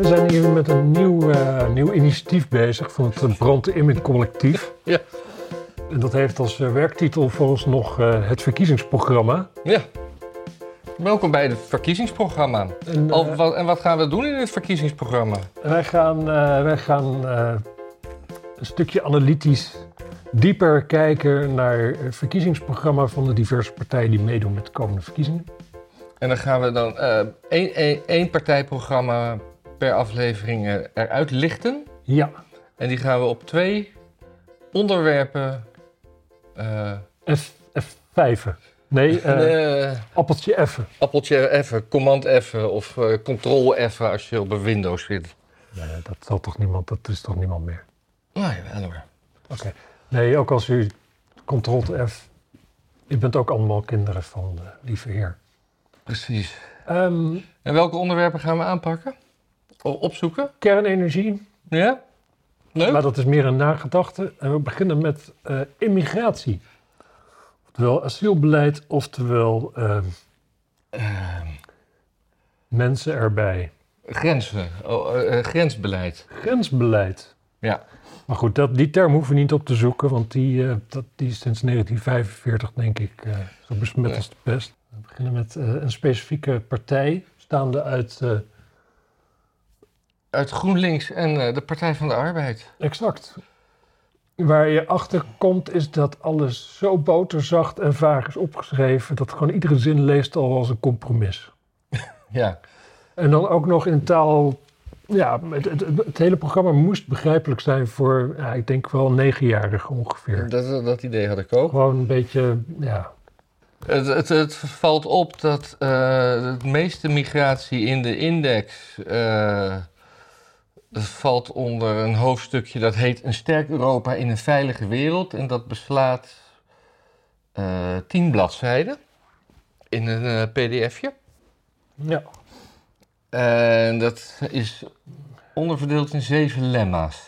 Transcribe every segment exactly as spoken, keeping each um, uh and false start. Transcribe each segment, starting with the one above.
We zijn hier met een nieuw, uh, nieuw initiatief bezig van het Brand de Imming Collectief. Ja. En dat heeft als uh, werktitel vooralsnog uh, het verkiezingsprogramma. Ja. Welkom bij het verkiezingsprogramma. En, uh, Al, wat, en wat gaan we doen in het verkiezingsprogramma? Wij gaan, uh, wij gaan uh, een stukje analytisch dieper kijken naar het verkiezingsprogramma van de diverse partijen die meedoen met de komende verkiezingen. En dan gaan we dan uh, één, één, één partijprogramma per aflevering uh, eruit lichten. Ja. En die gaan we op twee onderwerpen... Uh, F, F5. Nee, uh, nee, appeltje F. Appeltje F, command F of uh, control F als je op een Windows zit. Nee, dat zal toch niemand, dat is toch niemand meer? Nee, wel hoor. Oké. Okay. Nee, ook als u control F... U bent ook allemaal kinderen van de lieve heer. Precies. Um, en welke onderwerpen gaan we aanpakken? O, opzoeken? Kernenergie. Ja? Leuk. Maar dat is meer een nagedachte. En we beginnen met uh, immigratie. Oftewel asielbeleid, oftewel uh, uh, mensen erbij. Grenzen, oh, uh, uh, grensbeleid. Grensbeleid. Ja. Maar goed, dat, die term hoeven we niet op te zoeken, want die, uh, dat, die is sinds negentien vijfenveertig denk ik uh, zo besmet nee. als de pest. We beginnen met uh, een specifieke partij, staande uit... Uh, uit GroenLinks en uh, de Partij van de Arbeid. Exact. Waar je achter komt is dat alles zo boterzacht en vaag is opgeschreven, dat gewoon iedere zin leest al als een compromis. Ja. En dan ook nog in taal... Ja, het, het, het hele programma moest begrijpelijk zijn voor, ja, ik denk wel negenjarigen ongeveer. Dat, dat idee had ik ook. Gewoon een beetje, ja... Het, het, het valt op dat uh, de meeste migratie in de index... Uh, dat valt onder een hoofdstukje dat heet Een sterk Europa in een veilige wereld. En dat beslaat uh, tien bladzijden in een uh, pdfje. Ja. En dat is onderverdeeld in zeven lemma's.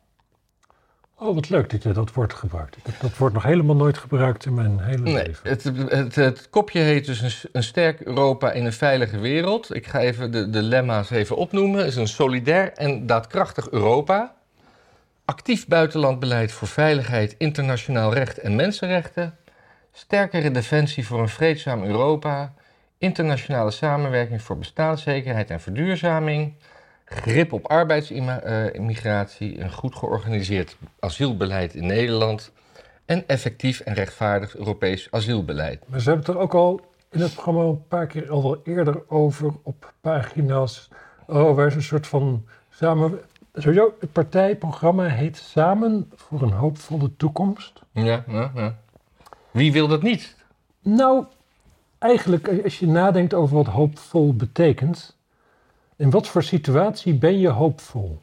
Oh, wat leuk dat je dat woord gebruikt. Ik heb dat woord nog helemaal nooit gebruikt in mijn hele nee, leven. Het, het, het kopje heet dus een, een sterk Europa in een veilige wereld. Ik ga even de, de lemma's even opnoemen. Het is een solidair en daadkrachtig Europa. Actief buitenlandbeleid voor veiligheid, internationaal recht en mensenrechten. Sterkere defensie voor een vreedzaam Europa. Internationale samenwerking voor bestaanszekerheid en verduurzaming. Grip op arbeidsimmigratie, een goed georganiseerd asielbeleid in Nederland en effectief en rechtvaardig Europees asielbeleid. Maar ze hebben het er ook al in het programma een paar keer al wel eerder over op pagina's. Oh, waar is een soort van samen... Sowieso, het partijprogramma heet Samen voor een hoopvolle toekomst. Ja, ja, ja. Wie wil dat niet? Nou, eigenlijk als je nadenkt over wat hoopvol betekent... In wat voor situatie ben je hoopvol?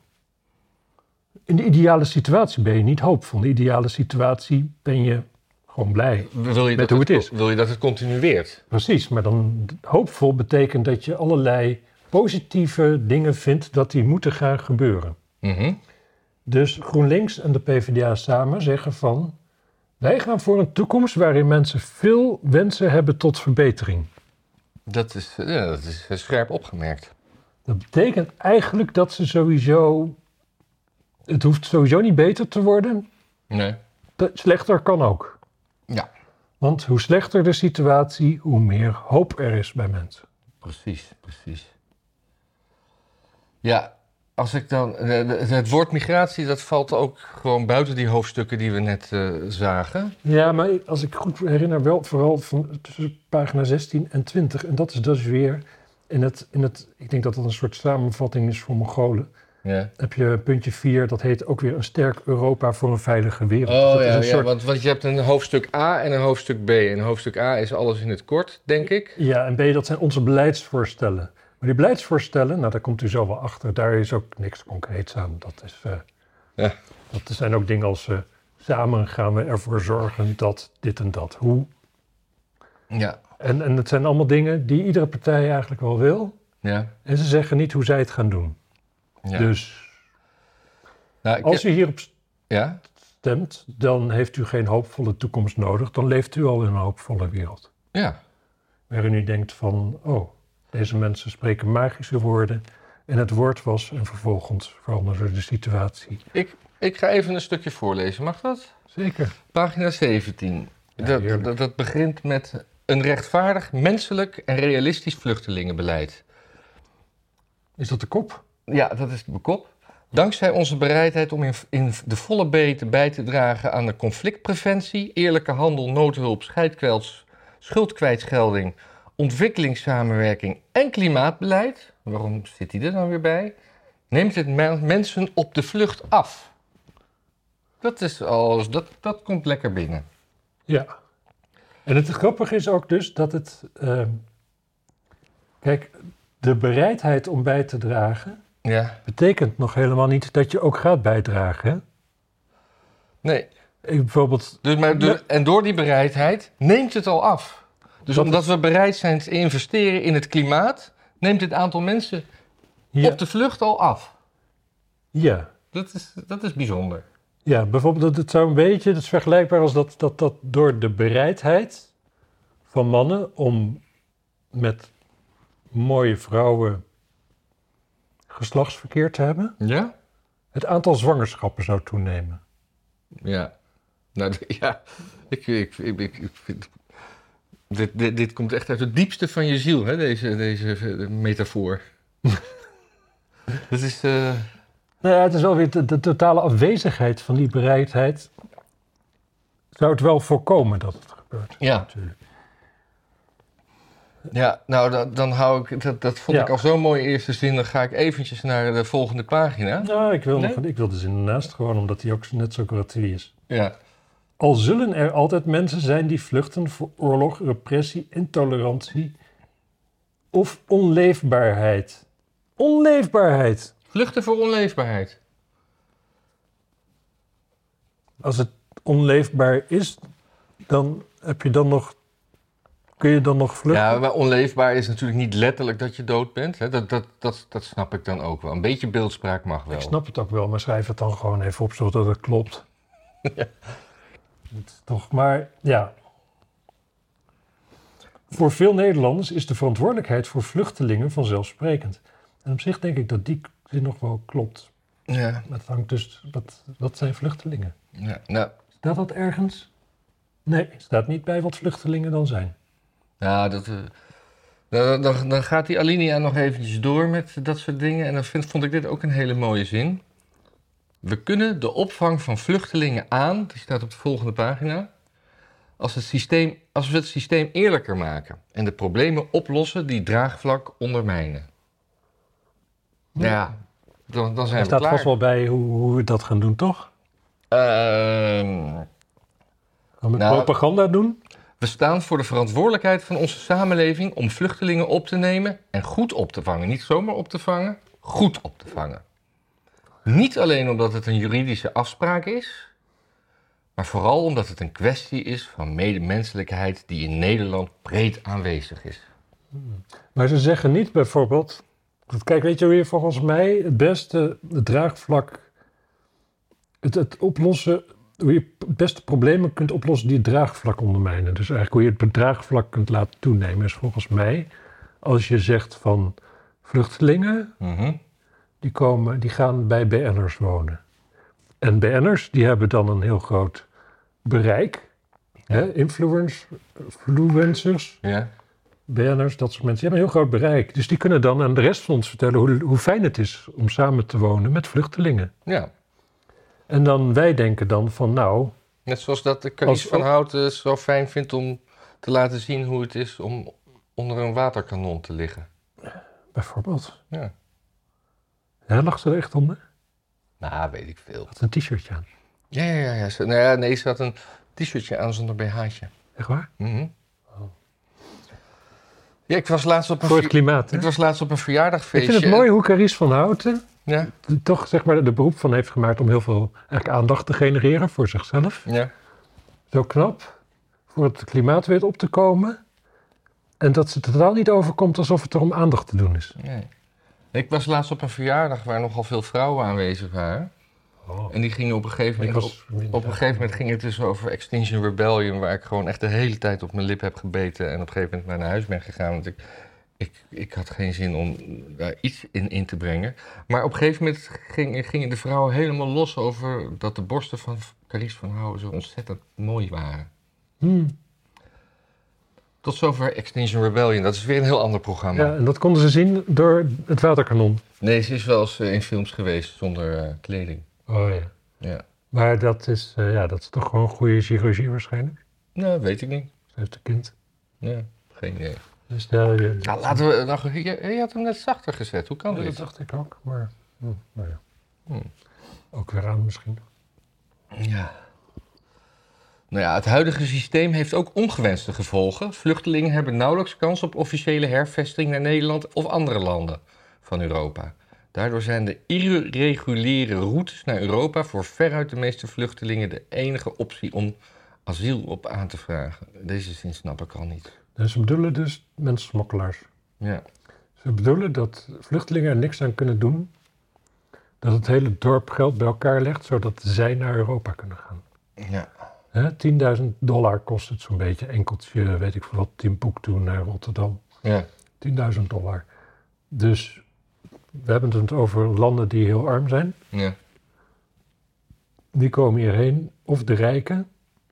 In de ideale situatie ben je niet hoopvol. In de ideale situatie ben je gewoon blij wil je met dat hoe het, het is. Wil je dat het continueert? Precies, maar dan hoopvol betekent dat je allerlei positieve dingen vindt dat die moeten gaan gebeuren. Mm-hmm. Dus GroenLinks en de PvdA samen zeggen van... wij gaan voor een toekomst waarin mensen veel wensen hebben tot verbetering. Dat is, ja, dat is scherp opgemerkt. Dat betekent eigenlijk dat ze sowieso... Het hoeft sowieso niet beter te worden. Nee. Slechter kan ook. Ja. Want hoe slechter de situatie, hoe meer hoop er is bij mensen. Precies, precies. Ja, als ik dan... Het woord migratie, dat valt ook gewoon buiten die hoofdstukken die we net uh, zagen. Ja, maar als ik goed herinner wel vooral van tussen pagina zestien en twintig. En dat is dus weer... In het, in het, ik denk dat dat een soort samenvatting is voor Mongolen. Ja. Heb je puntje vier, dat heet ook weer een sterk Europa voor een veilige wereld. Oh dat ja, is een ja soort... want, want je hebt een hoofdstuk A en een hoofdstuk B. En hoofdstuk A is alles in het kort, denk ik. Ja, en B, dat zijn onze beleidsvoorstellen. Maar die beleidsvoorstellen, nou daar komt u zo wel achter, daar is ook niks concreets aan. Dat, is, uh, ja. dat zijn ook dingen als, uh, samen gaan we ervoor zorgen dat dit en dat. Hoe? Ja. En, en het zijn allemaal dingen die iedere partij eigenlijk wel wil. Ja. En ze zeggen niet hoe zij het gaan doen. Ja. Dus nou, als u hierop ja? stemt, dan heeft u geen hoopvolle toekomst nodig. Dan leeft u al in een hoopvolle wereld. Ja. Waarin u denkt van, oh, deze mensen spreken magische woorden. en het woord was en vervolgens veranderde de situatie. Ik, ik ga even een stukje voorlezen, mag dat? Zeker. Pagina zeventien. Ja, dat, heerlijk. dat, dat begint met een rechtvaardig, menselijk en realistisch vluchtelingenbeleid. Is dat de kop? Ja, dat is de kop. Dankzij onze bereidheid om in, in de volle breedte bij te dragen aan de conflictpreventie, eerlijke handel, noodhulp, scheidkwels, schuldkwijtschelding, ontwikkelingssamenwerking en klimaatbeleid, waarom zit hij er dan weer bij, neemt het me- mensen op de vlucht af. Dat, is al, dat, dat komt lekker binnen. Ja. En het grappige is ook dus dat het... Uh, kijk, de bereidheid om bij te dragen... Ja. betekent nog helemaal niet dat je ook gaat bijdragen. Hè? Nee. Ik bijvoorbeeld... Dus, maar door, en door die bereidheid neemt het al af. Dus dat omdat is, we bereid zijn te investeren in het klimaat, neemt het aantal mensen ja, op de vlucht al af. Ja. Dat is, dat is bijzonder. Ja, bijvoorbeeld, dat het zou een beetje, dat is vergelijkbaar als dat, dat, dat door de bereidheid van mannen om met mooie vrouwen geslachtsverkeer te hebben, Ja? het aantal zwangerschappen zou toenemen. Ja. Nou, ja. Ik, ik, ik, ik, ik vind... Dit, dit, dit komt echt uit het diepste van je ziel, hè, deze, deze metafoor. Dat is... Uh... Nou ja, het is wel weer de, de totale afwezigheid van die bereidheid. Zou het wel voorkomen dat het gebeurt. Ja. Natuurlijk. Ja, nou, dan, dan hou ik... Dat, dat vond Ja. ik al zo'n mooie eerste zin. Dan ga ik eventjes naar de volgende pagina. Nou, ik wil, Nee? nog, ik wil de zin ernaast gewoon, omdat die ook net zo gratuit is. Ja. Al zullen er altijd mensen zijn die vluchten voor oorlog, repressie, intolerantie of onleefbaarheid. Onleefbaarheid! Vluchten voor onleefbaarheid. Als het onleefbaar is, dan heb je dan nog, kun je dan nog vluchten? Ja, maar onleefbaar is natuurlijk niet letterlijk dat je dood bent. Hè? Dat, dat, dat, dat snap ik dan ook wel. Een beetje beeldspraak mag wel. Ik snap het ook wel, maar schrijf het dan gewoon even op zodat het klopt. Ja. Het is toch, maar ja. Voor veel Nederlanders is de verantwoordelijkheid voor vluchtelingen vanzelfsprekend. En op zich denk ik dat die zin nog wel klopt. Ja. Maar het hangt dus, wat, wat zijn vluchtelingen? Ja, nou, Staat dat ergens? Nee, staat niet bij wat vluchtelingen dan zijn. ja, dat, uh, dan, dan, dan gaat die alinea nog eventjes door met dat soort dingen. En dan vind, vond ik dit ook een hele mooie zin. We kunnen de opvang van vluchtelingen aan, die staat op de volgende pagina, als, het systeem, als we het systeem eerlijker maken en de problemen oplossen die draagvlak ondermijnen. Ja. Ja, dan, dan zijn Er we staat klaar. vast wel bij hoe, hoe we dat gaan doen, toch? Ehm, Gaan we Nou, propaganda doen? we staan voor de verantwoordelijkheid van onze samenleving om vluchtelingen op te nemen en goed op te vangen. Niet zomaar op te vangen, goed op te vangen. Niet alleen omdat het een juridische afspraak is, maar vooral omdat het een kwestie is van medemenselijkheid die in Nederland breed aanwezig is. Maar ze zeggen niet bijvoorbeeld... Kijk, weet je hoe je volgens mij het beste het draagvlak... Het, het oplossen... Hoe je het beste problemen kunt oplossen die het draagvlak ondermijnen. Dus eigenlijk hoe je het draagvlak kunt laten toenemen is volgens mij... Als je zegt van vluchtelingen... Mm-hmm. Die, komen, die gaan bij B N'ers wonen. En B N'ers die hebben dan een heel groot bereik. Hè? Influence, influencers, Ja. B N'ers, dat soort mensen. Die hebben een heel groot bereik. Dus die kunnen dan aan de rest van ons vertellen hoe, hoe fijn het is om samen te wonen met vluchtelingen. Ja. En dan wij denken dan van nou... Net zoals dat de Als- Carice van Houten zo fijn vindt om te laten zien hoe het is om onder een waterkanon te liggen. Bijvoorbeeld. Ja. Ja, lag ze er echt onder? Nou, weet ik veel. Had ze een t-shirtje aan. Ja, ja, ja. ja. Ze, nou ja, nee, ze had een t-shirtje aan zonder B H'tje. Echt waar? Mhm. Ja, ik was laatst op een, Voor het ver- klimaat, hè? ik was laatst op een verjaardagfeestje. Ik vind het mooi hoe Carice van Houten... Ja, toch zeg maar de beroep van heeft gemaakt om heel veel eigenlijk aandacht te genereren voor zichzelf. ja. Zo knap. Voor het klimaat weet op te komen. En dat ze totaal niet overkomt alsof het er om aandacht te doen is. Nee. Ik was laatst op een verjaardag waar nogal veel vrouwen aanwezig waren. Oh. En die gingen op een gegeven Ik moment... was Op, op een gegeven moment ging het dus over Extinction Rebellion... waar ik gewoon echt de hele tijd op mijn lip heb gebeten... en op een gegeven moment maar naar huis ben gegaan. Want ik, ik, ik had geen zin om daar iets in, in te brengen. Maar op een gegeven moment ging, gingen de vrouwen helemaal los over dat de borsten van Carice van Houten zo ontzettend mooi waren. Hmm. Tot zover Extinction Rebellion. Dat is weer een heel ander programma. Ja, en dat konden ze zien door het waterkanon. Nee, ze is wel eens uh, in films geweest zonder uh, kleding. Oh ja. Ja. Maar dat is, uh, ja, dat is toch gewoon goede chirurgie waarschijnlijk? Nou, weet ik niet. Ze heeft een kind. Ja, geen idee. Dus ja, ja, Nou, laten we... Nou, je, je had hem net zachter gezet. Hoe kan ja, dit? dat dacht ik ook, maar hm, nou ja. Hm. Ook weer aan misschien. Ja. Nou ja, het huidige systeem heeft ook ongewenste gevolgen. Vluchtelingen hebben nauwelijks kans op officiële hervesting naar Nederland of andere landen van Europa. Daardoor zijn de irreguliere routes naar Europa voor veruit de meeste vluchtelingen de enige optie om asiel op aan te vragen. Deze zin snap ik al niet. Dus ze bedoelen dus mensensmokkelaars. Ja. Ze bedoelen dat vluchtelingen er niks aan kunnen doen. Dat het hele dorp geld bij elkaar legt, zodat zij naar Europa kunnen gaan. Ja. Hè, tienduizend dollar kost het zo'n beetje. Enkeltje, weet ik veel wat, Timbuktu naar Rotterdam. Ja. tienduizend dollar. Dus we hebben het over landen die heel arm zijn. Ja. Die komen hierheen, of de rijken.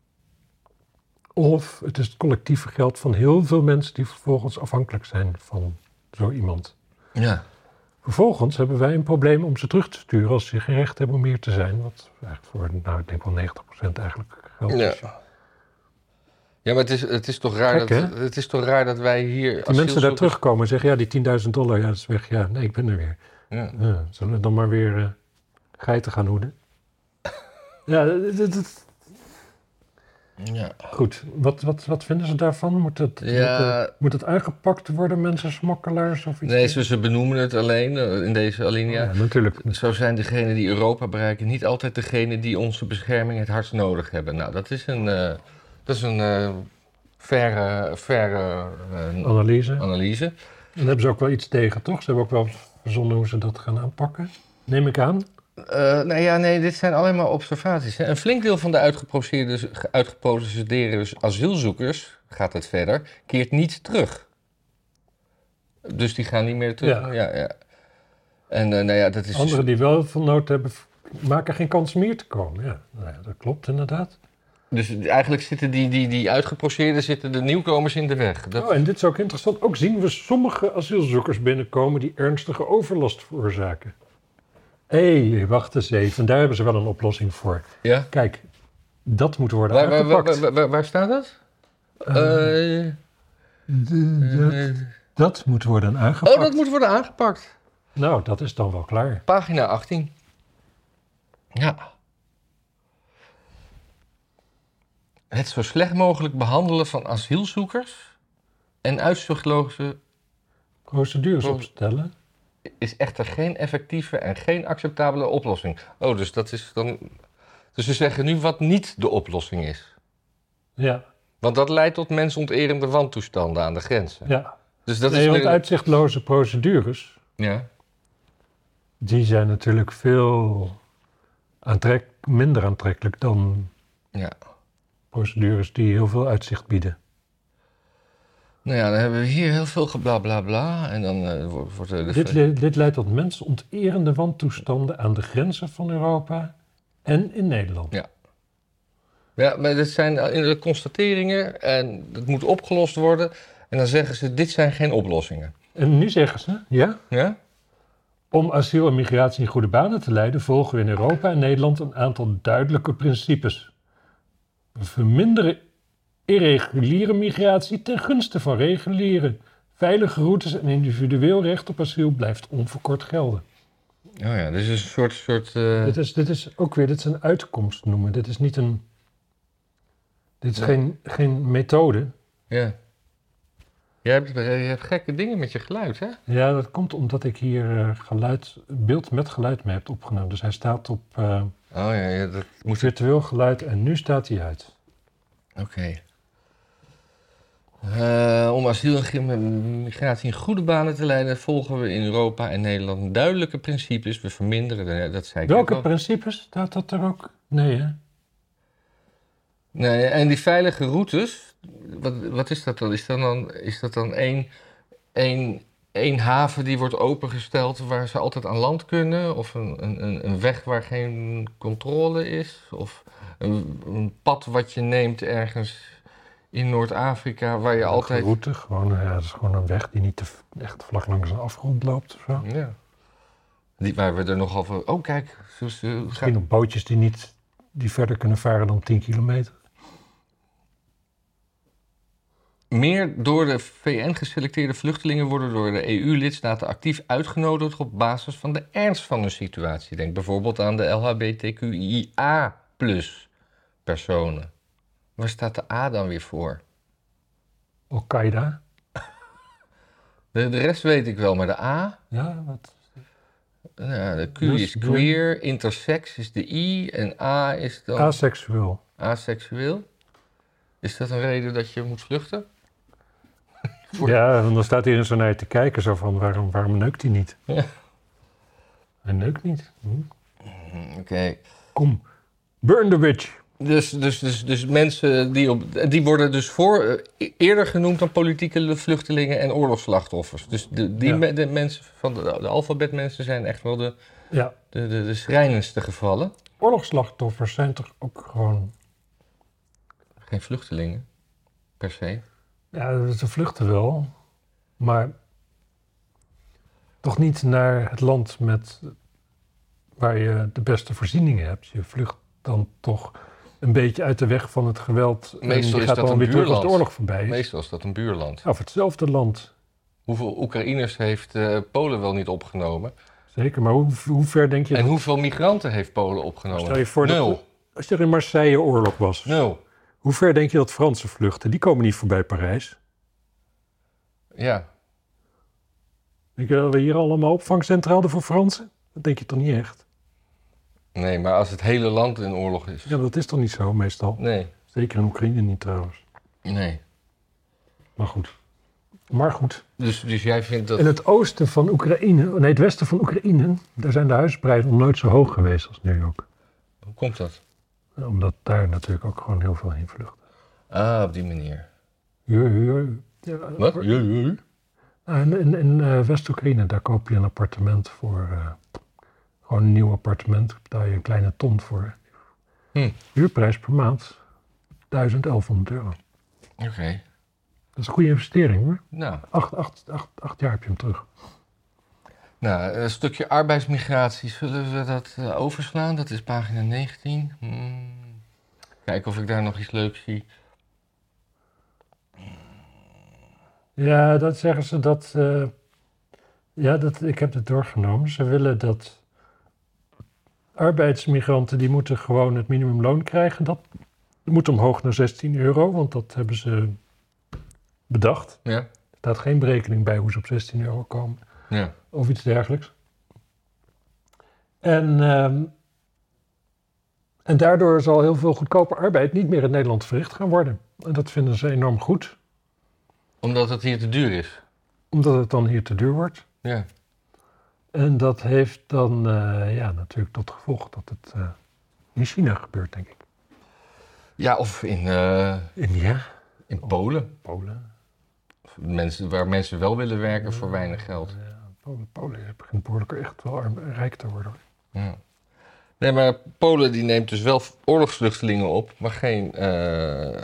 Of het is het collectieve geld van heel veel mensen die vervolgens afhankelijk zijn van zo iemand. Ja. Vervolgens hebben wij een probleem om ze terug te sturen als ze geen recht hebben om hier te zijn. Wat eigenlijk voor, nou, ik denk wel negentig procent eigenlijk geldt. Ja. is. Ja, maar het is, het is toch raar Gek, dat het is toch raar dat wij hier Die mensen daar terugkomen en zeggen, ja, die tienduizend dollar, ja, dat is weg. Ja, nee, ik ben er weer. Ja. Ja, zullen we dan maar weer uh, geiten gaan hoeden? Ja, dat, dat, dat. Ja. Goed. Wat, wat, wat vinden ze daarvan? Moet het, Ja. moet, uh, moet het aangepakt worden, mensen smokkelaars of iets? Nee, ze, ze benoemen het alleen uh, in deze alinea. Oh, ja, natuurlijk. Zo zijn degenen die Europa bereiken niet altijd degenen die onze bescherming het hardst nodig hebben. Nou, dat is een, uh, dat is een uh, faire, faire uh, Analyse. analyse. En daar hebben ze ook wel iets tegen, toch? Ze hebben ook wel verzonnen hoe ze dat gaan aanpakken. Neem ik aan. Uh, nou ja, nee, dit zijn alleen maar observaties. Hè. Een flink deel van de uitgeprocedeerde, uitgeprocedeerde asielzoekers, gaat het verder, keert niet terug. Dus die gaan niet meer terug. Ja. Ja, ja. En uh, nou ja, dat is... Anderen die wel veel nood hebben, maken geen kans meer te komen. Ja, nou ja, dat klopt inderdaad. Dus eigenlijk zitten die, die, die uitgeproceerden, zitten de nieuwkomers in de weg. Dat... Oh, en dit is ook interessant. Ook zien we sommige asielzoekers binnenkomen die ernstige overlast veroorzaken. Hé, hey, wacht eens even. Daar hebben ze wel een oplossing voor. Ja? Kijk, dat moet worden waar, aangepakt. Waar, waar, waar, waar staat dat? Uh, uh, dat, uh, dat moet worden aangepakt. Oh, dat moet worden aangepakt. Nou, dat is dan wel klaar. Pagina achttien. Ja. Het zo slecht mogelijk behandelen van asielzoekers en uitzichtloze procedures Pro- opstellen is echter geen effectieve en geen acceptabele oplossing. Oh, dus dat is dan... Dus we zeggen nu wat niet de oplossing is. Ja. Want dat leidt tot mensonterende wantoestanden aan de grensen. Ja. Dus dat nee, is want weer... uitzichtloze procedures, Ja. die zijn natuurlijk veel aantrek... minder aantrekkelijk dan Ja. procedures die heel veel uitzicht bieden. Nou ja, dan hebben we hier heel veel gebla bla bla. En dan uh, wordt er... Dit, le- dit leidt tot mensonterende wantoestanden aan de grenzen van Europa en in Nederland. Ja. Ja, maar dit zijn de constateringen en het moet opgelost worden. En dan zeggen ze, dit zijn geen oplossingen. En nu zeggen ze, ja, Ja? om asiel en migratie in goede banen te leiden, volgen we in Europa en Nederland een aantal duidelijke principes. We verminderen irreguliere migratie ten gunste van reguliere. Veilige routes en individueel recht op asiel blijft onverkort gelden. Oh ja, dit is een soort... soort uh... Dit is, dit is ook weer, dit is een uitkomst noemen. Dit is niet een... Dit is Nee. geen, geen methode. Ja. Je hebt, je hebt gekke dingen met je geluid, hè? Ja, dat komt omdat ik hier uh, geluid, beeld met geluid mee heb opgenomen. Dus hij staat op uh, Oh ja, ja dat moet... virtueel geluid en nu staat hij uit. Oké. Okay. Uh, om asiel en migratie in goede banen te leiden, volgen we in Europa en Nederland duidelijke principes. We verminderen, dat zei ik Welke ook al. principes? Staat dat er ook? Nee, hè? Nee, en die veilige routes, wat, wat is dat dan? Is dat dan, is dat dan één, één, één haven die wordt opengesteld waar ze altijd aan land kunnen. Of een, een, een weg waar geen controle is. Of een, een pad wat je neemt ergens in Noord-Afrika waar je Een altijd... route, gewoon, ja, dat is gewoon een weg die niet te, echt vlak langs een afgrond loopt of zo. Ja. Die, waar we er nogal van... Oh, kijk. Zo, zo, Misschien op bootjes die niet die verder kunnen varen dan tien kilometer. Meer door de V N geselecteerde vluchtelingen worden door de E U-lidstaten actief uitgenodigd op basis van de ernst van hun situatie. Denk bijvoorbeeld aan de L H B T Q I A plus personen. Waar staat de A dan weer voor? Al-Qaeda. De, de rest weet ik wel, maar de A... Ja, wat? Nou, de Q Dus is de- queer, intersex is de I en A is dan Aseksueel. aseksueel. Is dat een reden dat je moet vluchten? Voor- Ja, want dan staat hij er zo naar je te kijken, zo van, waarom, waarom neukt hij niet? Ja. Hij neukt niet. Hm. Oké. Okay. Kom, burn the witch. Dus, dus, dus, dus mensen die, op, die worden dus voor, uh, eerder genoemd dan politieke vluchtelingen en oorlogsslachtoffers. Dus de, die Ja. me- de mensen van de, de alfabetmensen zijn echt wel de, Ja, de, de, de schrijnendste gevallen. oorlogsslachtoffers zijn toch ook gewoon... Geen vluchtelingen, per se. Ja, ze vluchten wel, maar toch niet naar het land met, waar je de beste voorzieningen hebt. Je vlucht dan toch een beetje uit de weg van het geweld. Meestal en is je gaat dat dan een weer terug als de buurland. oorlog voorbij is. Meestal is dat een buurland. Of hetzelfde land. Hoeveel Oekraïners heeft uh, Polen wel niet opgenomen? Zeker, maar hoe, hoe ver denk je... En dat- hoeveel migranten heeft Polen opgenomen? Stel je voor dat- Nul. Als er in Marseille oorlog was, Nul. hoe ver denk je dat Fransen vluchten? Die komen niet voorbij Parijs. Ja. Denk je dat we hier allemaal opvangcentra hadden voor Fransen? Dat denk je toch niet echt? Nee, maar als het hele land in oorlog is. Ja, dat is toch niet zo meestal? Nee. Zeker in Oekraïne niet trouwens. Nee. Maar goed. Maar goed. Dus, dus jij vindt dat... In het oosten van Oekraïne, nee, het westen van Oekraïne, daar zijn de huisprijzen nog nooit zo hoog geweest als nu ook. Hoe komt dat? Omdat daar natuurlijk ook gewoon heel veel heen vluchten. Ah, op die manier. Huur, huur. Ja, Wat? voor- Ja, ja. Nou, in in, in eh, West-Oekraïne, daar koop je een appartement voor, eh, gewoon een nieuw appartement, daar betaal je een kleine ton voor. Hm. Huurprijs per maand, duizend, elfhonderd euro. Oké. Okay. Dat is een goede investering hoor. Nou, Acht, acht, acht, acht jaar heb je hem terug. nou, een stukje arbeidsmigratie, zullen we dat uh, overslaan? Dat is pagina negentien. Hmm. Kijken of ik daar nog iets leuks zie. Ja, dat zeggen ze dat... eh, ja, dat, ik heb het doorgenomen. Ze willen dat arbeidsmigranten, die moeten gewoon het minimumloon krijgen. Dat moet omhoog naar zestien euro, want dat hebben ze bedacht. Ja? Er staat geen berekening bij hoe ze op zestien euro komen. Ja. Of iets dergelijks. En, ehm, en daardoor zal heel veel goedkope arbeid niet meer in Nederland verricht gaan worden. En dat vinden ze enorm goed, Omdat het hier te duur is. omdat het dan hier te duur wordt. Ja. En dat heeft dan uh, ja, natuurlijk tot gevolg dat het uh, in China gebeurt, denk ik. Ja, of in, uh, India. in Polen. Polen. Mensen, waar mensen wel willen werken voor weinig geld. Ja, Polen, Polen begint behoorlijk echt wel arm, rijk te worden. Ja. Nee, maar Polen die neemt dus wel oorlogsvluchtelingen op, maar geen, uh,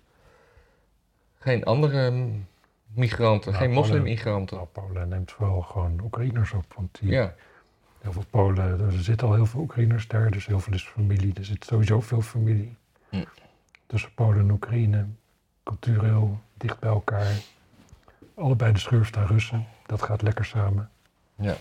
geen andere migranten, Nou, geen Polen- moslimmigranten. Nou, Polen neemt wel gewoon Oekraïners op, want die, Ja, heel veel Polen, er zitten al heel veel Oekraïners daar, dus heel veel is familie. Er zit sowieso veel familie Hm. tussen Polen en Oekraïne, cultureel, dicht bij elkaar. Allebei de schurf staan Russen, dat gaat lekker samen. ja.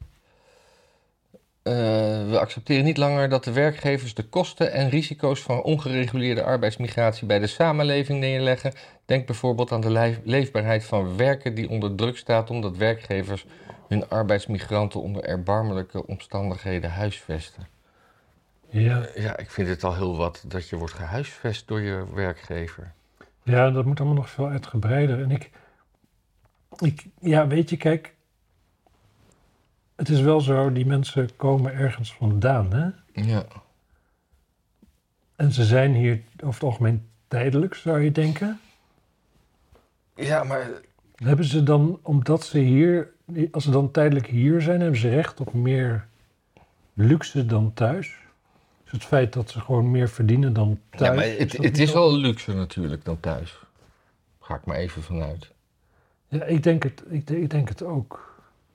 Uh, we accepteren niet langer dat de werkgevers de kosten en risico's van ongereguleerde arbeidsmigratie bij de samenleving neerleggen. Denk bijvoorbeeld aan de leef- leefbaarheid van werken die onder druk staat omdat werkgevers hun arbeidsmigranten onder erbarmelijke omstandigheden huisvesten. Ja. Ja, ik vind het al heel wat dat je wordt gehuisvest door je werkgever. Ja, dat moet allemaal nog veel uitgebreider. En ik, ik, ja, weet je, kijk, het is wel zo, die mensen komen ergens vandaan, hè? Ja. En ze zijn hier over het algemeen tijdelijk, zou je denken. Ja, maar Hebben ze dan, omdat ze hier, als ze dan tijdelijk hier zijn, hebben ze recht op meer luxe dan thuis? Is het feit dat ze gewoon meer verdienen dan thuis? Ja, maar het, is, het is wel luxe natuurlijk dan thuis. Ga ik maar even vanuit. Ja, ik denk het, ik, ik denk het ook.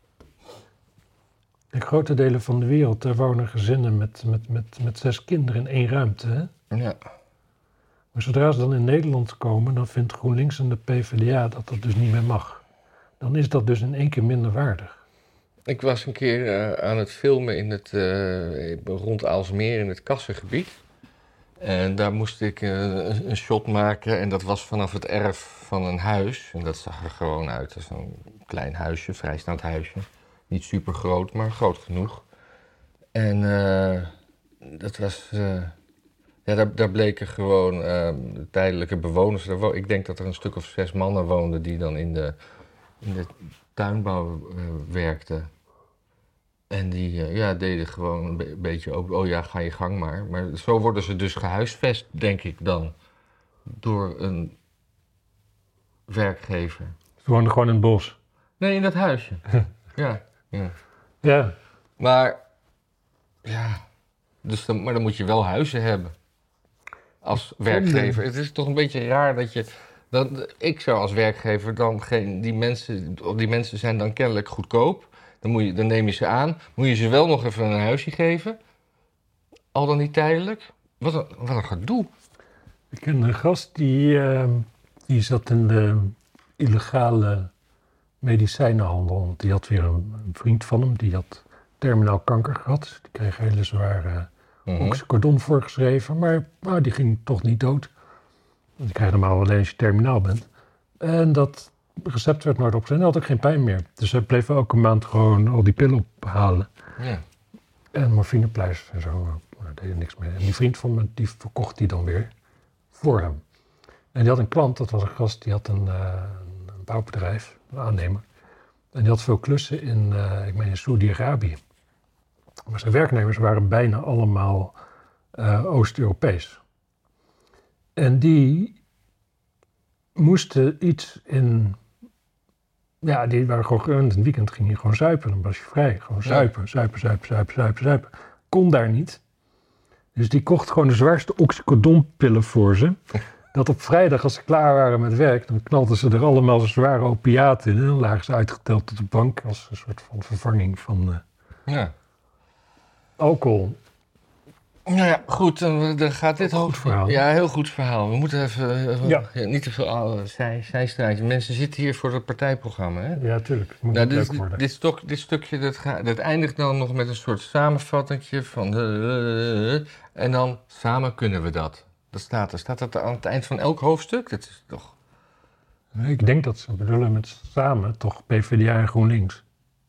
In grote delen van de wereld, daar wonen gezinnen met, met, met, met zes kinderen in één ruimte. Hè? Ja. Maar zodra ze dan in Nederland komen, dan vindt GroenLinks en de PvdA dat dat dus niet meer mag. Dan is dat dus in één keer minder waardig. Ik was een keer uh, aan het filmen in het, uh, rond Aalsmeer in het Kassengebied. En daar moest ik uh, een, een shot maken en dat was vanaf het erf van een huis. En dat zag er gewoon uit als een klein huisje, vrijstaand huisje. Niet super groot, maar groot genoeg. En uh, dat was... Uh, ja, daar, daar bleken gewoon uh, tijdelijke bewoners. Daar wo- ik denk dat er een stuk of zes mannen woonden die dan in de, in de tuinbouw uh, werkten. En die uh, ja, deden gewoon een be- beetje ook, oh ja, ga je gang maar. Maar zo worden ze dus gehuisvest, denk ik dan, door een werkgever. Ze wonen gewoon in het bos. Nee, in dat huisje. ja, ja. Ja. Maar, ja, dus dan, maar dan moet je wel huizen hebben. Als werkgever. Het is toch een beetje raar dat je... Dan, ik zou als werkgever dan geen... Die mensen, die mensen zijn dan kennelijk goedkoop. Dan, moet je, dan neem je ze aan. Moet je ze wel nog even een huisje geven. Al dan niet tijdelijk. Wat een, wat een gedoe. Ik ken een gast die, uh, die zat in de illegale medicijnenhandel. Die had weer een, een vriend van hem. Die had terminaal kanker gehad. Die kreeg hele zware... Mm-hmm. oxycodon voorgeschreven, maar nou, die ging toch niet dood. Want die krijg je normaal alleen als je terminaal bent. En dat recept werd nooit opgezet en hij had ook geen pijn meer. Dus hij bleef elke maand gewoon al die pillen ophalen. Ja. En morfinepleisters en zo. Daar deed er niks mee. En die vriend van me, die verkocht die dan weer voor hem. En die had een klant, dat was een gast, die had een, uh, een bouwbedrijf, een aannemer. En die had veel klussen in, uh, ik meen in Saudi-Arabië. Maar zijn werknemers waren bijna allemaal uh, Oost-Europees. En die moesten iets in... Ja, die waren gewoon gewend. In het weekend ging je gewoon zuipen. Dan was je vrij. Gewoon zuipen, zuipen, zuipen, zuipen, zuipen, zuipen. Kon daar niet. Dus die kocht gewoon de zwaarste oxycodonpillen voor ze. Dat op vrijdag, als ze klaar waren met werk, dan knalden ze er allemaal zware opiaten in. En dan lagen ze uitgeteld op de bank als een soort van vervanging van... Uh, Ja. alcohol. Nou ja, goed, dan, dan gaat dit... Goed verhaal. Ja, heel goed verhaal. We moeten even... even Ja. ja, niet te veel uh, zij, zijstraatjes. Mensen zitten hier voor het partijprogramma, hè? Ja, tuurlijk. Het moet Nou, leuk dit, worden. dit, stok, dit stukje, dat, ga, dat eindigt dan nog met een soort samenvattingje van... Uh, en dan, samen kunnen we dat. Dat staat er. Staat dat aan het eind van elk hoofdstuk? Dat is toch... Ik denk dat ze bedoelen met samen toch PvdA en GroenLinks.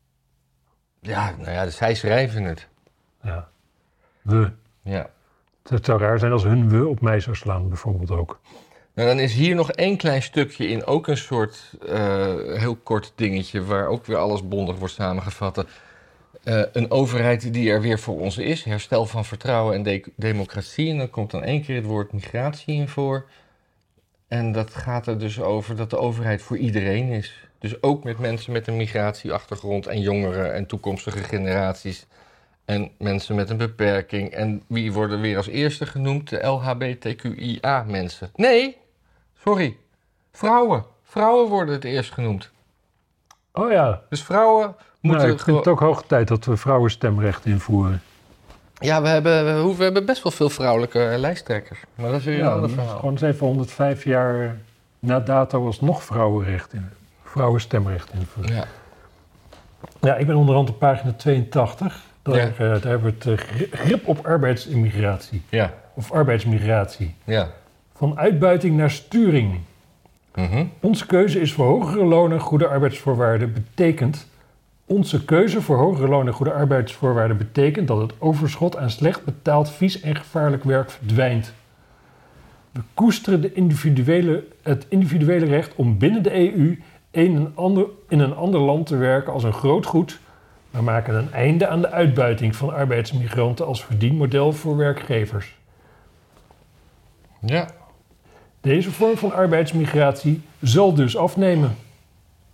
Ja, nou ja, zij schrijven het. Ja. We. Ja. Het zou raar zijn als hun we op mij zou slaan, bijvoorbeeld ook. Nou, dan is hier nog één klein stukje in, ook een soort uh, heel kort dingetje... waar ook weer alles bondig wordt samengevat. Uh, een overheid die er weer voor ons is. Herstel van vertrouwen en de- democratie. En dan komt dan één keer het woord migratie in voor. En dat gaat er dus over dat de overheid voor iedereen is. Dus ook met mensen met een migratieachtergrond en jongeren en toekomstige generaties. En mensen met een beperking. En wie worden weer als eerste genoemd? De L H B T Q I A mensen. Nee, sorry. Vrouwen. Vrouwen worden het eerst genoemd. Oh ja. Dus vrouwen moeten... Nou, ik vind het ook hoog tijd dat we vrouwenstemrecht invoeren. Ja, we hebben, we hebben best wel veel vrouwelijke lijsttrekkers. Maar dat is weer een Ja, ander dat is verhaal. gewoon eens even honderdvijf jaar na dato was nog vrouwenrecht in. Vrouwenstemrecht invoeren. Ja. Ja, ik ben onderhand op pagina tweeëntachtig. Daar, Ja. uh, daar hebben we het uh, gri- grip op arbeidsimmigratie. Ja. Of arbeidsmigratie. Ja. Van uitbuiting naar sturing. Mhm. Onze keuze is voor hogere lonen, goede arbeidsvoorwaarden. Betekent... Onze keuze voor hogere lonen en goede arbeidsvoorwaarden betekent dat het overschot aan slecht betaald, vies en gevaarlijk werk verdwijnt. We koesteren de individuele, het individuele recht om binnen de E U in een, ander, in een ander land te werken als een groot goed, maar maken een einde aan de uitbuiting van arbeidsmigranten als verdienmodel voor werkgevers. Ja. Deze vorm van arbeidsmigratie zal dus afnemen.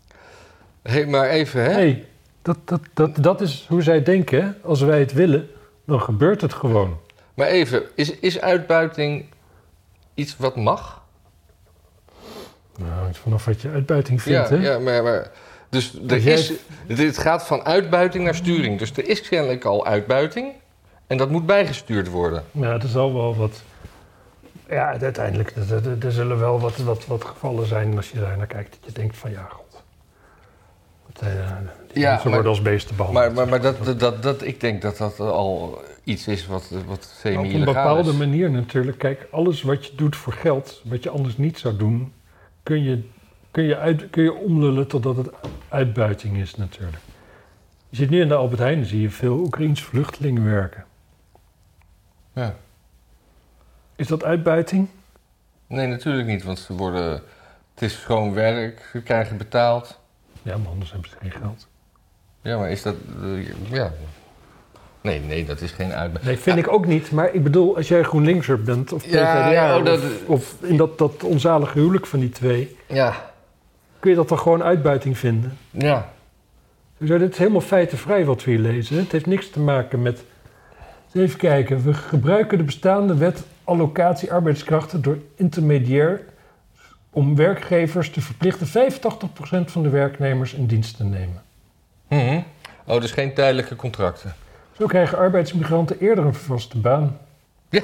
Hey, maar even, hè? Nee, dat, dat, dat, dat is hoe zij denken. Hè? Als wij het willen, dan gebeurt het gewoon. Maar even, is, is uitbuiting iets wat mag? Nou, hangt vanaf wat je uitbuiting vindt, ja, hè? ja, maar... maar dus er Als jij- is, het gaat van uitbuiting naar sturing. Dus er is kennelijk al uitbuiting. En dat moet bijgestuurd worden. Ja, er zal wel wat... Ja, uiteindelijk, er, er, er zullen wel wat, wat, wat gevallen zijn als je daar naar kijkt. Dat je denkt van, ja, god. Dat, uh, die Ja, mensen maar- worden als beesten behandeld. Maar, maar, maar dat, dat, dat, dat, ik denk dat dat al iets is wat, wat Op semi-illegaal een bepaalde is. manier natuurlijk. Kijk, alles wat je doet voor geld, wat je anders niet zou doen, kun je, kun je, uit, kun je omlullen totdat het uitbuiting is natuurlijk. Je zit nu in de Albert Heijn, dan zie je veel Oekraïense vluchtelingen werken. Ja. Is dat uitbuiting? Nee, natuurlijk niet, want ze worden... Het is gewoon werk, ze krijgen betaald. Ja, maar anders hebben ze geen geld. Ja, maar is dat... eh, ja. Nee, nee, dat is geen uitbuiting. Nee, vind ik ook niet. Maar ik bedoel, als jij GroenLinkser bent of P v d A... Ja, ja, oh, dat- of, of in dat, dat onzalige huwelijk van die twee... Ja, kun je dat dan gewoon uitbuiting vinden? ja. Zo, dit is helemaal feitenvrij wat we hier lezen. Het heeft niks te maken met... Even kijken. We gebruiken de bestaande wet allocatie arbeidskrachten door intermediair... om werkgevers te verplichten vijfentachtig procent van de werknemers in dienst te nemen. Mhm. Oh, dus geen tijdelijke contracten. Zo krijgen arbeidsmigranten eerder een vaste baan. Ja.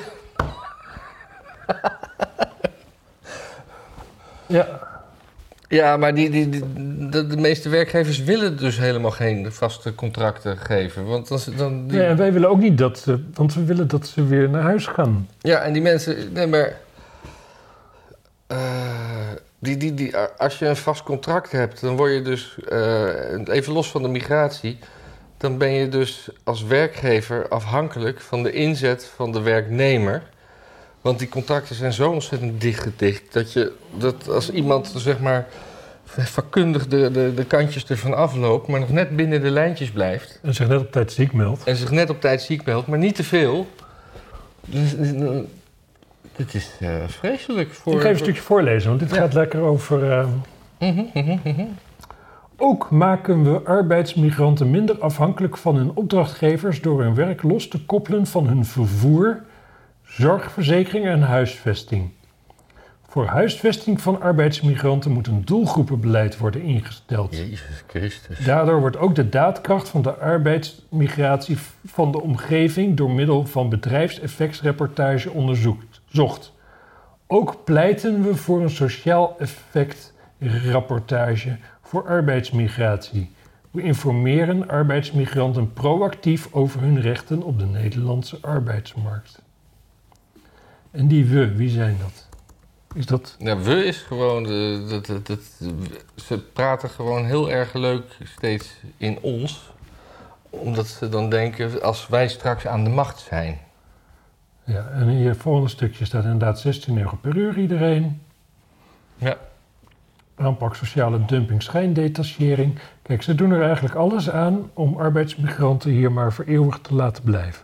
Ja, Ja, maar die, die, die, de, de meeste werkgevers willen dus helemaal geen vaste contracten geven. Want dan, dan die, nee, en wij willen ook niet dat ze... Want we willen dat ze weer naar huis gaan. Ja, en die mensen... Nee, maar... eh, die, die, die, als je een vast contract hebt, dan word je dus... eh, even los van de migratie... dan ben je dus als werkgever afhankelijk van de inzet van de werknemer. Want die contracten zijn zo ontzettend dichtgetikt... dat je dat als iemand, zeg maar... vakkundig de, de, de kantjes ervan afloopt... maar nog net binnen de lijntjes blijft... En zich net op tijd ziek meldt. en zich net op tijd ziek meldt, maar niet te veel... Dus, eh, dit is eh, vreselijk voor... Ik ga even een stukje voorlezen, want dit Ja. gaat lekker over... eh, Mhm, mhm, mhm. Ook maken we arbeidsmigranten minder afhankelijk van hun opdrachtgevers... door hun werk los te koppelen van hun vervoer, zorgverzekering en huisvesting. Voor huisvesting van arbeidsmigranten moet een doelgroepenbeleid worden ingesteld. Jezus Christus. Daardoor wordt ook de daadkracht van de arbeidsmigratie van de omgeving door middel van bedrijfseffectsreportage onderzocht. Ook pleiten we voor een sociaal effectrapportage voor arbeidsmigratie. We informeren arbeidsmigranten proactief over hun rechten op de Nederlandse arbeidsmarkt. En die we, wie zijn dat? Is dat... Ja, we is gewoon... De, dat, dat, dat, ze praten gewoon heel erg leuk steeds in ons. Omdat ze dan denken, als wij straks aan de macht zijn. Ja, en in je volgende stukje staat inderdaad zestien euro per uur iedereen. Ja. Aanpak sociale dumping, schijndetachering. Kijk, ze doen er eigenlijk alles aan om arbeidsmigranten hier maar voor eeuwig te laten blijven.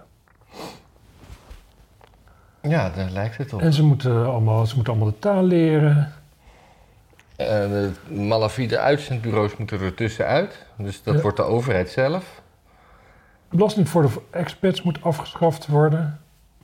Ja, daar lijkt het op. En ze moeten allemaal, ze moeten allemaal de taal leren. En de malafide uitzendbureaus moeten er tussenuit. Dus dat Ja. wordt de overheid zelf. De belasting voor de expats moet afgeschaft worden.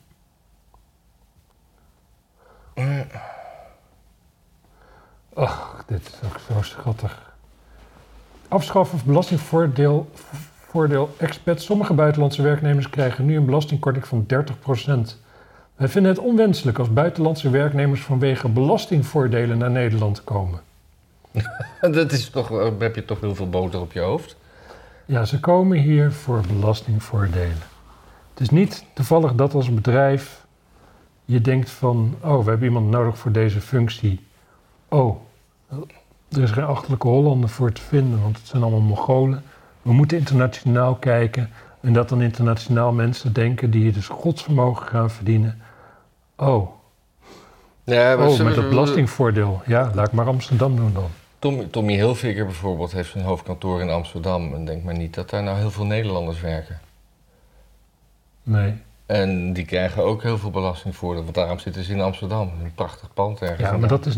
Ach, dit is ook zo schattig. Afschaffen belastingvoordeel voordeel expats. Sommige buitenlandse werknemers krijgen nu een belastingkorting van dertig procent. Wij vinden het onwenselijk als buitenlandse werknemers vanwege belastingvoordelen naar Nederland komen. Dat is toch, uh, heb je toch heel veel boter op je hoofd? Ja, ze komen hier voor belastingvoordelen. Het is niet toevallig dat als bedrijf je denkt van... oh, we hebben iemand nodig voor deze functie. Oh, er is geen achterlijke Hollander voor te vinden, want het zijn allemaal Mongolen. We moeten internationaal kijken. En dat dan internationaal mensen denken die hier dus godsvermogen gaan verdienen. Oh, Ja, maar oh ze- met dat belastingvoordeel. Ja, laat ik maar Amsterdam doen dan. Tommy, Tommy Hilfiger bijvoorbeeld heeft zijn hoofdkantoor in Amsterdam. En denk maar niet dat daar nou heel veel Nederlanders werken. Nee. En die krijgen ook heel veel belastingvoordeel. Want daarom zitten ze in Amsterdam. Een prachtig pand ergens. Ja, maar dat is niet...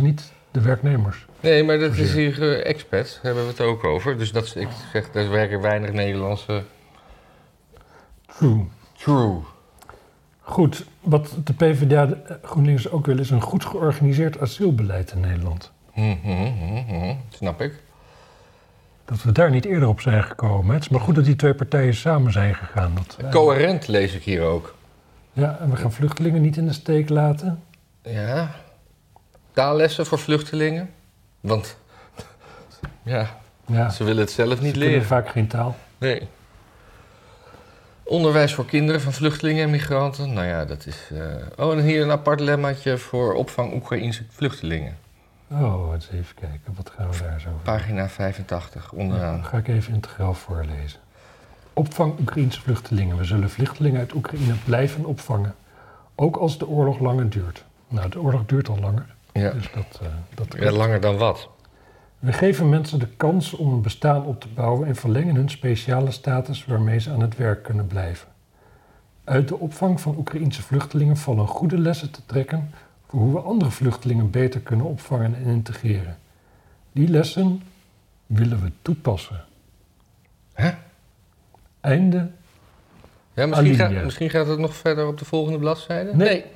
de werknemers. Nee, maar dat is hier uh, expats, hebben we het ook over. Dus dat is, ik zeg, er werken weinig Nederlandse... True. True. Goed, wat de PvdA de GroenLinks ook wil is een goed georganiseerd asielbeleid in Nederland. Mm-hmm, mm-hmm, snap ik. Dat we daar niet eerder op zijn gekomen. Hè? Het is maar goed dat die twee partijen samen zijn gegaan. Dat, Coherent lees ik hier ook. Ja, en we gaan vluchtelingen niet in de steek laten. Ja. Taallessen voor vluchtelingen. Want ja, ja, ze willen het zelf niet ze leren. Ze vaak geen taal. Nee. Onderwijs voor kinderen van vluchtelingen en migranten. Nou ja, dat is... Uh... Oh, en hier een apart lemmaatje voor opvang Oekraïense vluchtelingen. Oh, eens even kijken. Wat gaan we daar zo over? Pagina vijfentachtig, onderaan. Ja, ga ik even integraal voorlezen. Opvang Oekraïense vluchtelingen. We zullen vluchtelingen uit Oekraïne blijven opvangen. Ook als de oorlog langer duurt. Nou, de oorlog duurt al langer. Ja. Dus dat, uh, dat ja, langer dan wat? We geven mensen de kans om een bestaan op te bouwen en verlengen hun speciale status waarmee ze aan het werk kunnen blijven. Uit de opvang van Oekraïense vluchtelingen vallen goede lessen te trekken voor hoe we andere vluchtelingen beter kunnen opvangen en integreren. Die lessen willen we toepassen. Hè? Einde. Ja, misschien, ga, misschien gaat het nog verder op de volgende bladzijde? Nee. nee.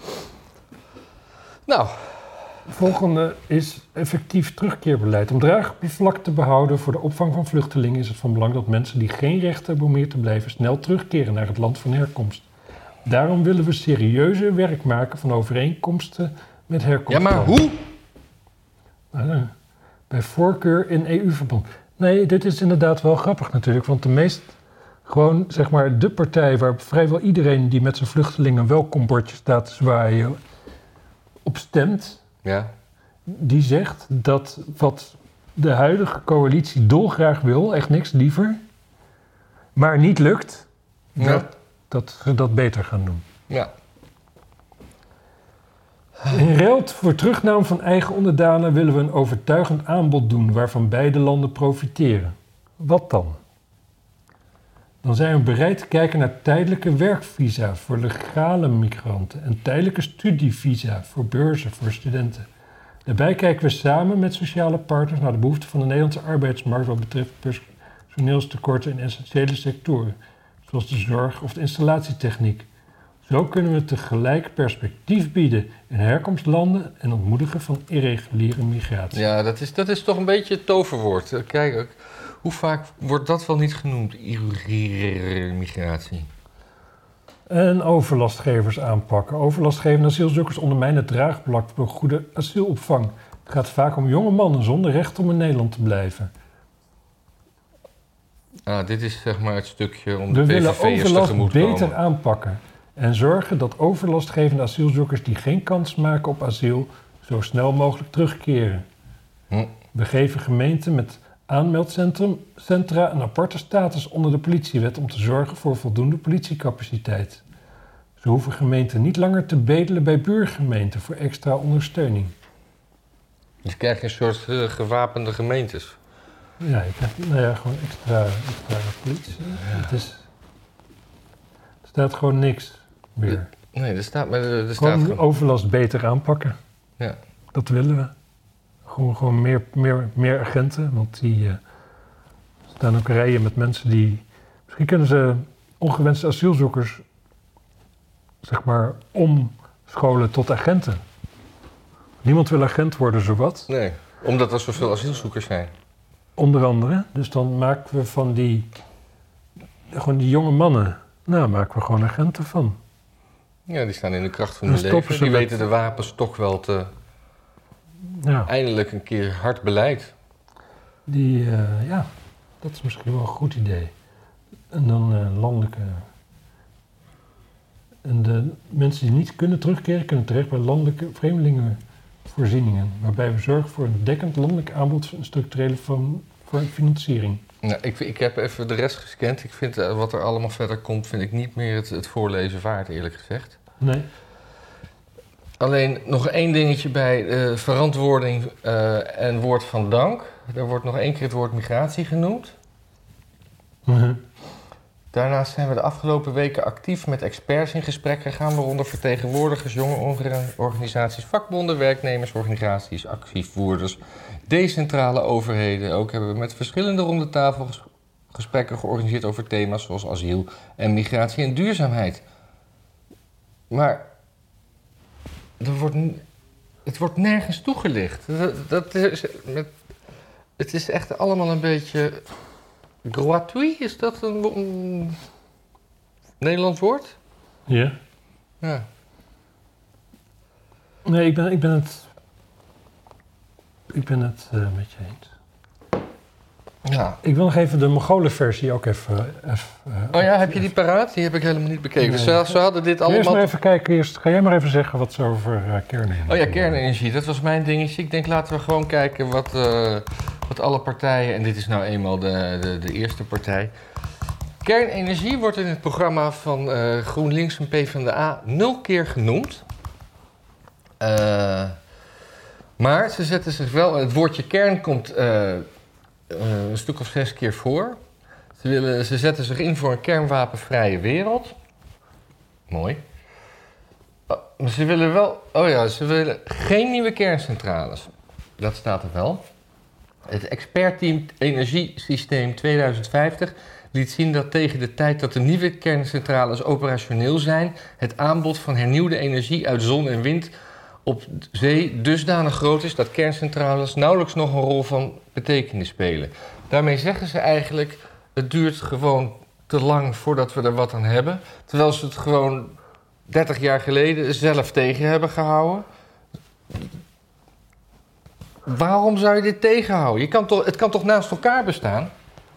Nou... De volgende is effectief terugkeerbeleid. Om draagvlak vlak te behouden voor de opvang van vluchtelingen is het van belang dat mensen die geen recht hebben om hier te blijven snel terugkeren naar het land van herkomst. Daarom willen we serieuze werk maken van overeenkomsten met herkomst. Ja, maar hoe? Uh, bij voorkeur in E U-verband. Nee, dit is inderdaad wel grappig natuurlijk, want de meest, gewoon zeg maar de partij waar vrijwel iedereen die met zijn vluchtelingen welkombordje staat te zwaaien op stemt, ja. Die zegt dat wat de huidige coalitie dolgraag wil, echt niks liever, maar niet lukt, ja. dat, dat ze dat beter gaan doen. Ja. In ruil voor terugname van eigen onderdanen willen we een overtuigend aanbod doen waarvan beide landen profiteren. Wat dan? Dan zijn we bereid te kijken naar tijdelijke werkvisa voor legale migranten en tijdelijke studievisa voor beurzen voor studenten. Daarbij kijken we samen met sociale partners naar de behoeften van de Nederlandse arbeidsmarkt wat betreft personeelstekorten in essentiële sectoren, zoals de zorg of de installatietechniek. Zo kunnen we tegelijk perspectief bieden in herkomstlanden en ontmoedigen van irreguliere migratie. Ja, dat is, dat is toch een beetje het toverwoord. Kijk, hoe vaak wordt dat wel niet genoemd, irreguliere migratie? En overlastgevers aanpakken. Overlastgevende asielzoekers ondermijnen het draagvlak voor goede asielopvang. Het gaat vaak om jonge mannen zonder recht om in Nederland te blijven. Ah, dit is zeg maar het stukje om de We P V willen V'ers overlast tegemoet beter komen. aanpakken. En zorgen dat overlastgevende asielzoekers die geen kans maken op asiel zo snel mogelijk terugkeren. Hm. We geven gemeenten met aanmeldcentra een aparte status onder de politiewet om te zorgen voor voldoende politiecapaciteit. Zo hoeven gemeenten niet langer te bedelen bij buurgemeenten voor extra ondersteuning. Dus je krijgt een soort uh, gewapende gemeentes. Ja, je krijgt nou ja, gewoon extra, extra politie. Ja. Het is, er staat gewoon niks meer. Nee, er staat, maar er, er gewoon staat gewoon... overlast beter aanpakken. Ja. Dat willen we. Gewoon, gewoon meer, meer, meer agenten, want die uh, staan ook rijen met mensen die... Misschien kunnen ze ongewenste asielzoekers, zeg maar, omscholen tot agenten. Niemand wil agent worden, zowat. Nee, omdat er zoveel asielzoekers zijn. Onder andere. Dus dan maken we van die, gewoon die jonge mannen, nou, maken we gewoon agenten van. Ja, die staan in de kracht van hun leven. Die weten de wapens toch wel te... Ja. Eindelijk een keer hard beleid. Die, uh, ja, dat is misschien wel een goed idee. En dan uh, landelijke... En de mensen die niet kunnen terugkeren, kunnen terecht bij landelijke vreemdelingenvoorzieningen. Waarbij we zorgen voor een dekkend landelijk aanbod en structurele van, voor financiering. Nou, ik, ik heb even de rest gescand. Ik vind uh, wat er allemaal verder komt, vind ik niet meer het, het voorlezen waard, eerlijk gezegd. Nee. Alleen nog één dingetje bij uh, verantwoording uh, en woord van dank. Er wordt nog één keer het woord migratie genoemd. Uh-huh. Daarnaast zijn we de afgelopen weken actief met experts in gesprek gegaan, waaronder vertegenwoordigers, jonge organisaties, vakbonden, werknemersorganisaties, actievoerders, decentrale overheden. Ook hebben we met verschillende rondetafelgesprekken georganiseerd over thema's zoals asiel en migratie en duurzaamheid. Maar er wordt, het wordt nergens toegelicht. Dat, dat is, met, het is echt allemaal een beetje gratuit. Is dat een, een Nederlands woord? Ja. Ja. Nee, ik ben, ik ben het... Ik ben het uh, met je eens. Ja. Ik wil nog even de Mongolen-versie ook even... even uh, oh ja, heb je die paraat? Die heb ik helemaal niet bekeken. Nee. Ze, ze hadden dit allemaal... Eerst maar even kijken. Eerst, ga jij maar even zeggen wat ze over uh, kernenergie... Oh ja, kernenergie. Dat was mijn dingetje. Ik denk, laten we gewoon kijken wat, uh, wat alle partijen... En dit is nou eenmaal de, de, de eerste partij. Kernenergie wordt in het programma van uh, GroenLinks en PvdA nul keer genoemd. Uh, maar ze zetten zich wel... Het woordje kern komt uh, uh, een stuk of zes keer voor. Ze, willen, ze zetten zich in voor een kernwapenvrije wereld. Mooi. Maar ze willen wel... Oh ja, ze willen geen nieuwe kerncentrales. Dat staat er wel. Het expertteam Energiesysteem tweeduizend vijftig liet zien dat tegen de tijd dat de nieuwe kerncentrales operationeel zijn, het aanbod van hernieuwde energie uit zon en wind op zee dusdanig groot is dat kerncentrales nauwelijks nog een rol van betekenis spelen. Daarmee zeggen ze eigenlijk, het duurt gewoon te lang voordat we er wat aan hebben. Terwijl ze het gewoon dertig jaar geleden zelf tegen hebben gehouden. Waarom zou je dit tegenhouden? Je kan toch, het kan toch naast elkaar bestaan?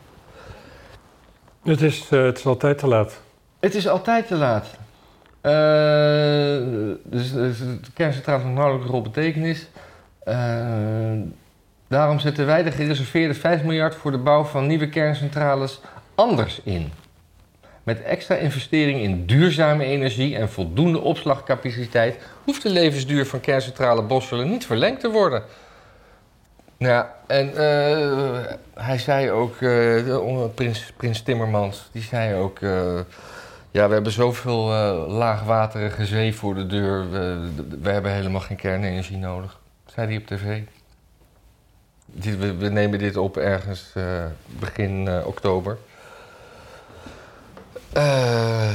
Het is, uh, het is altijd te laat. Het is altijd te laat. Uh, dus, dus de kerncentrale van nauwelijks rol betekenis. Uh, daarom zetten wij de gereserveerde vijf miljard voor de bouw van nieuwe kerncentrales anders in. Met extra investering in duurzame energie en voldoende opslagcapaciteit hoeft de levensduur van kerncentrale Bosselen niet verlengd te worden. Ja, en uh, hij zei ook, uh, prins, prins Timmermans, die zei ook, uh, ja, we hebben zoveel uh, laagwaterige zee voor de deur, we, we hebben helemaal geen kernenergie nodig, zei hij op tv. Dit, we, we nemen dit op ergens uh, begin uh, oktober. Uh,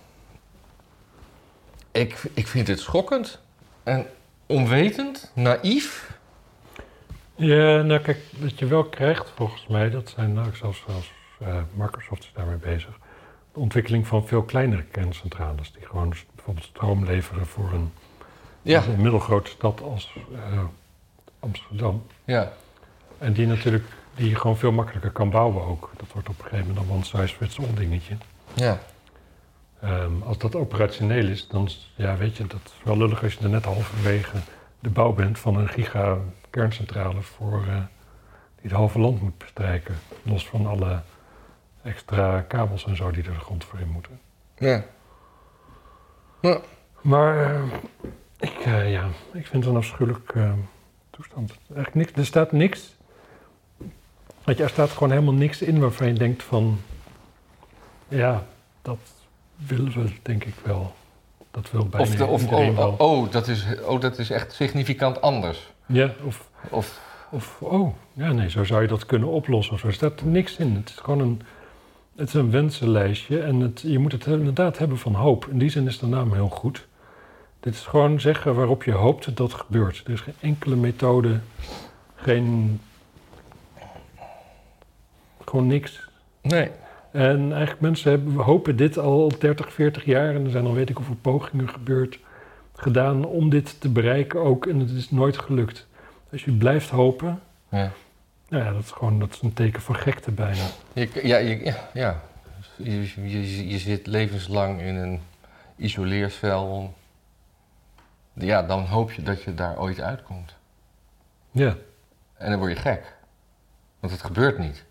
ik, ik vind het schokkend en onwetend, naïef. Ja, nou kijk, wat je wel krijgt volgens mij, dat zijn nou, zelfs, zelfs uh, Microsoft is daarmee bezig, de ontwikkeling van veel kleinere kerncentrales, die gewoon bijvoorbeeld stroom leveren voor een, ja. een middelgrote stad als uh, Amsterdam. Ja. En die natuurlijk, die je gewoon veel makkelijker kan bouwen ook. Dat wordt op een gegeven moment een one-size-fits-all dingetje. Ja. Um, als dat operationeel is, dan ja, weet je, dat is wel lullig als je er net halverwege de bouw bent van een giga kerncentrale voor, uh, die het halve land moet bestrijken. Los van alle extra kabels en zo die er de grond voor in moeten. Ja. ja. Maar uh, ik, uh, ja, ik vind het een afschuwelijk uh, toestand. Eigenlijk niks, er staat niks. Weet je, er staat gewoon helemaal niks in waarvan je denkt van, ja, dat willen we denk ik wel. Dat wil bijna of de, of, iedereen oh, wel. Oh, dat is, oh, dat is echt significant anders. Ja, of, of, of oh, ja nee, zo zou je dat kunnen oplossen. Of zo. Er staat niks in. Het is gewoon een, het is een wensenlijstje en het, je moet het inderdaad hebben van hoop. In die zin is de naam heel goed. Dit is gewoon zeggen waarop je hoopt dat dat gebeurt. Er is geen enkele methode, geen, gewoon niks. Nee. En eigenlijk mensen hebben, hopen dit al dertig, veertig jaar en er zijn al weet ik hoeveel pogingen gebeurd, gedaan om dit te bereiken ook en het is nooit gelukt. Als je blijft hopen, ja. Nou ja, dat is gewoon dat is een teken van gekte bijna. Je, ja, je, ja, ja. Je, je, je zit levenslang in een isoleercel. Ja, dan hoop je dat je daar ooit uitkomt. Ja. En dan word je gek. Want het gebeurt niet.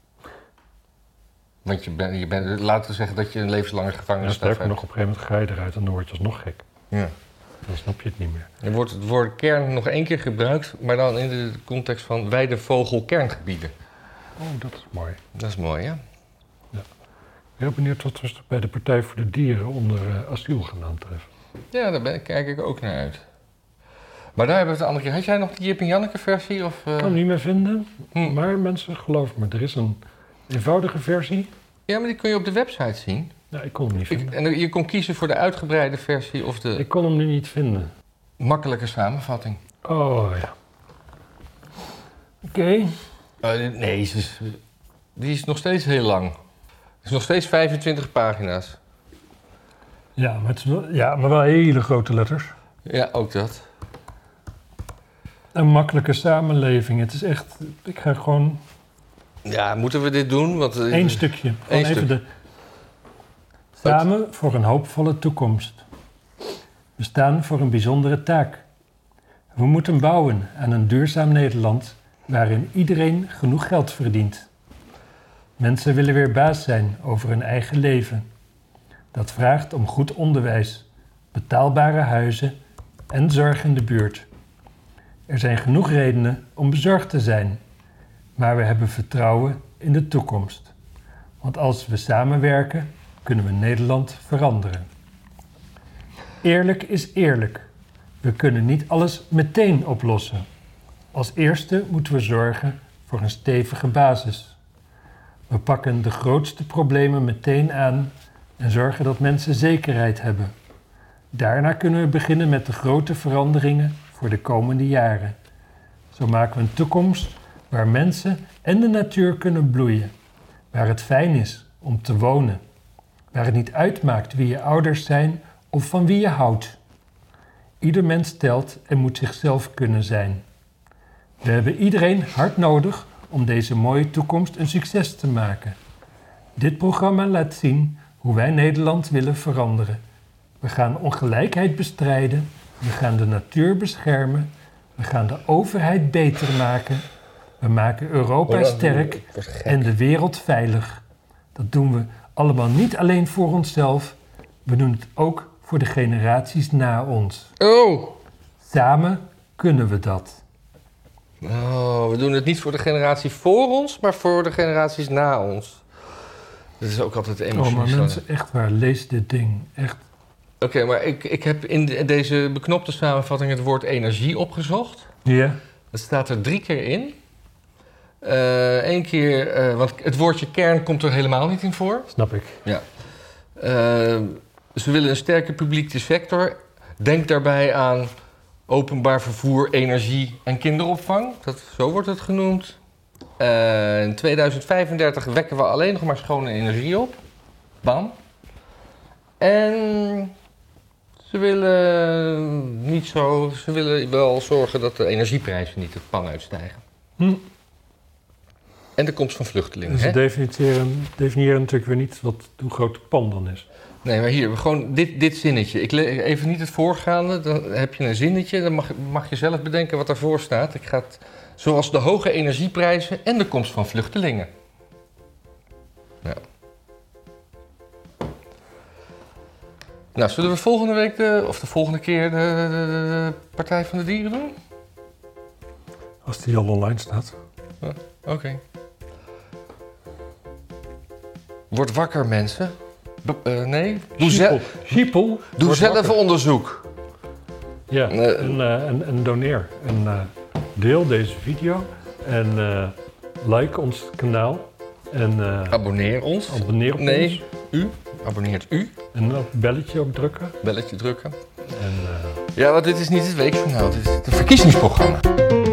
Want je bent, je bent, laten we zeggen dat je een levenslange gevangenisstraf hebt. hebt. Nog op een gegeven moment ga je eruit en dan word je alsnog gek. Ja. Dan snap je het niet meer. Er wordt het woord kern nog één keer gebruikt, maar dan in de context van wijde vogelkerngebieden. Oh, dat is mooi. Dat is mooi, ja. Ja. Heel benieuwd wat er bij de Partij voor de Dieren onder uh, asiel gaan aantreffen. Ja, daar ben, kijk ik ook naar uit. Maar daar hebben we het de andere keer. Had jij nog die Jip en Janneke versie? Of, uh... Ik kan hem niet meer vinden, hm. maar mensen, geloof me, er is een eenvoudige versie. Ja, maar die kun je op de website zien. Ja, ik kon hem niet Ik, vinden. en je kon kiezen voor de uitgebreide versie of de Ik kon hem nu niet vinden. makkelijke samenvatting. Oh ja. Oké. Okay. Uh, nee, ze is, die is nog steeds heel lang. Het is nog steeds vijfentwintig pagina's. Ja, maar, het is wel, ja, maar wel hele grote letters. Ja, ook dat. Een makkelijke samenleving. Het is echt... Ik ga gewoon... Ja, moeten we dit doen? Want, uh, Eén stukje. Gewoon even stuk. de... Samen voor een hoopvolle toekomst. We staan voor een bijzondere taak. We moeten bouwen aan een duurzaam Nederland waarin iedereen genoeg geld verdient. Mensen willen weer baas zijn over hun eigen leven. Dat vraagt om goed onderwijs, betaalbare huizen en zorg in de buurt. Er zijn genoeg redenen om bezorgd te zijn, maar we hebben vertrouwen in de toekomst. Want als we samenwerken, kunnen we Nederland veranderen. Eerlijk is eerlijk. We kunnen niet alles meteen oplossen. Als eerste moeten we zorgen voor een stevige basis. We pakken de grootste problemen meteen aan en zorgen dat mensen zekerheid hebben. Daarna kunnen we beginnen met de grote veranderingen voor de komende jaren. Zo maken we een toekomst waar mensen en de natuur kunnen bloeien. Waar het fijn is om te wonen. Waar het niet uitmaakt wie je ouders zijn of van wie je houdt. Ieder mens telt en moet zichzelf kunnen zijn. We hebben iedereen hard nodig om deze mooie toekomst een succes te maken. Dit programma laat zien hoe wij Nederland willen veranderen. We gaan ongelijkheid bestrijden, we gaan de natuur beschermen, we gaan de overheid beter maken, we maken Europa sterk en de wereld veilig. Dat doen we allemaal niet alleen voor onszelf, we doen het ook voor de generaties na ons. Oh! Samen kunnen we dat. Oh, we doen het niet voor de generatie voor ons, maar voor de generaties na ons. Dat is ook altijd emotioneel. Oh, maar mensen, echt waar, lees dit ding. Echt. Oké, okay, maar ik, ik heb in de, deze beknopte samenvatting het woord energie opgezocht. Ja. Dat staat er drie keer in. Eén uh, keer, uh, want het woordje kern komt er helemaal niet in voor. Snap ik. Ja. Uh, ze willen een sterke publieke sector. Denk daarbij aan openbaar vervoer, energie en kinderopvang. Dat, zo wordt het genoemd. Uh, in tweeduizend vijfendertig wekken we alleen nog maar schone energie op. Bam. En ze willen niet zo. Ze willen wel zorgen dat de energieprijzen niet het pan uitstijgen. Hm. En de komst van vluchtelingen. Dus ze hè? definiëren, definiëren natuurlijk weer niet wat, hoe groot het pan dan is. Nee, maar hier, gewoon dit, dit zinnetje. Ik le- even niet het voorgaande, dan heb je een zinnetje. Dan mag, mag je zelf bedenken wat daarvoor staat. Ik ga het, zoals de hoge energieprijzen en de komst van vluchtelingen. Ja. Nou, zullen we volgende week, de, of de volgende keer, de, de, de Partij van de Dieren doen? Als die al online staat. Ja, Oké. Okay. Word wakker, mensen. Be- uh, nee? Doe, ze- Schiepel. Doe zelf wakker. onderzoek. Ja, uh, en, uh, en, en doneer. En uh, deel deze video. En uh, like ons kanaal. En uh, abonneer ons. Abonneer op nee, ons. u. Abonneert u. En op het belletje ook drukken. Belletje drukken. En, uh, ja, want dit is niet het weekjournaal. Dit is het verkiezingsprogramma.